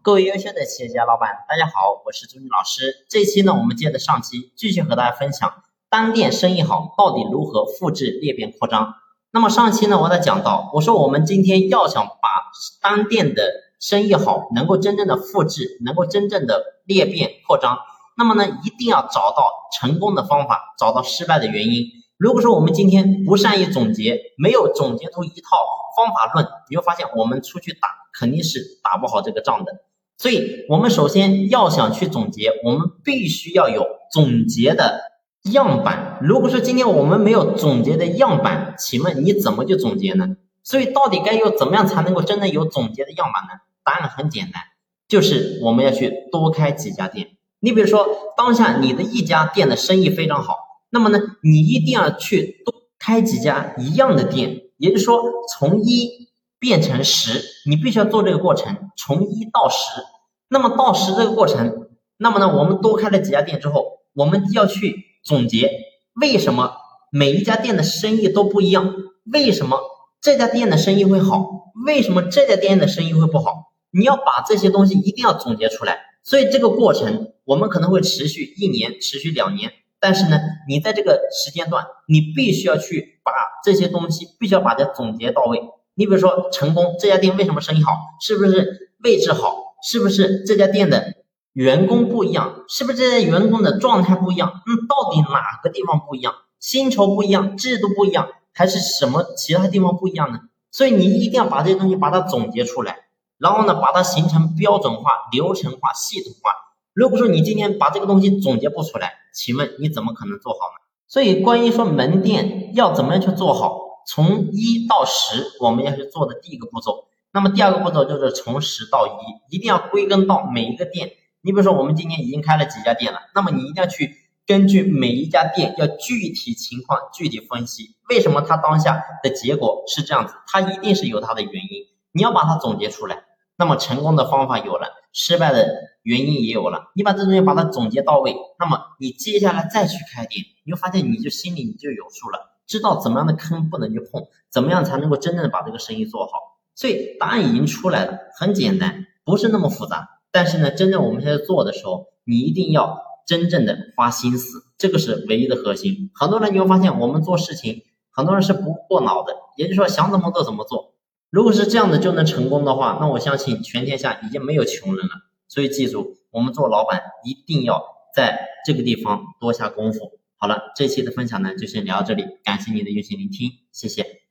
各位优秀的企业家老板，大家好，我是朱军老师。这期呢，我们接着上期继续和大家分享单店生意好到底如何复制裂变扩张。那么上期呢，我讲到，我说我们今天要想把单店的生意好能够真正的复制，能够真正的裂变扩张，那么呢，一定要找到成功的方法，找到失败的原因。如果说我们今天不善于总结，没有总结出一套方法论，你会发现我们出去打肯定是打不好这个仗的。所以我们首先要想去总结，我们必须要有总结的样板。如果说今天我们没有总结的样板，请问你怎么去总结呢？所以到底该有怎么样才能够真的有总结的样板呢？答案很简单，就是我们要去多开几家店。你比如说当下你的一家店的生意非常好，那么呢，你一定要去多开几家一样的店，也就是说从1变成10，你必须要做这个过程，从1到10。那么到10这个过程，那么呢，我们多开了几家店之后，我们要去总结为什么每一家店的生意都不一样，为什么这家店的生意会好，为什么这家店的生意会不好，你要把这些东西一定要总结出来。所以这个过程我们可能会持续1年，持续2年，但是呢，你在这个时间段，你必须要去把这些东西必须要把它总结到位。你比如说成功这家店为什么生意好，是不是位置好，是不是这家店的员工不一样，是不是这些员工的状态不一样，到底哪个地方不一样，薪酬不一样，制度不一样，还是什么其他地方不一样呢？所以你一定要把这些东西把它总结出来，然后呢，把它形成标准化、流程化、系统化。如果说你今天把这个东西总结不出来，请问你怎么可能做好呢？所以关于说门店要怎么样去做好，从1到10我们要去做的第一个步骤，那么第二个步骤就是从10到1，一定要归根到每一个店。你比如说我们今天已经开了几家店了，那么你一定要去根据每一家店要具体情况具体分析，为什么它当下的结果是这样子，它一定是有它的原因，你要把它总结出来。那么成功的方法有了，失败的原因也有了，你把这东西把它总结到位，那么你接下来再去开店，你会发现你就心里你就有数了，知道怎么样的坑不能去碰，怎么样才能够真正的把这个生意做好。所以答案已经出来了，很简单，不是那么复杂。但是呢，真正我们现在做的时候，你一定要真正的花心思，这个是唯一的核心。很多人你会发现我们做事情，很多人是不过脑的，也就是说想怎么做怎么做。如果是这样的就能成功的话，那我相信全天下已经没有穷人了。所以记住，我们做老板一定要在这个地方多下功夫。好了，这期的分享呢就先聊到这里，感谢你的用心聆听，谢谢。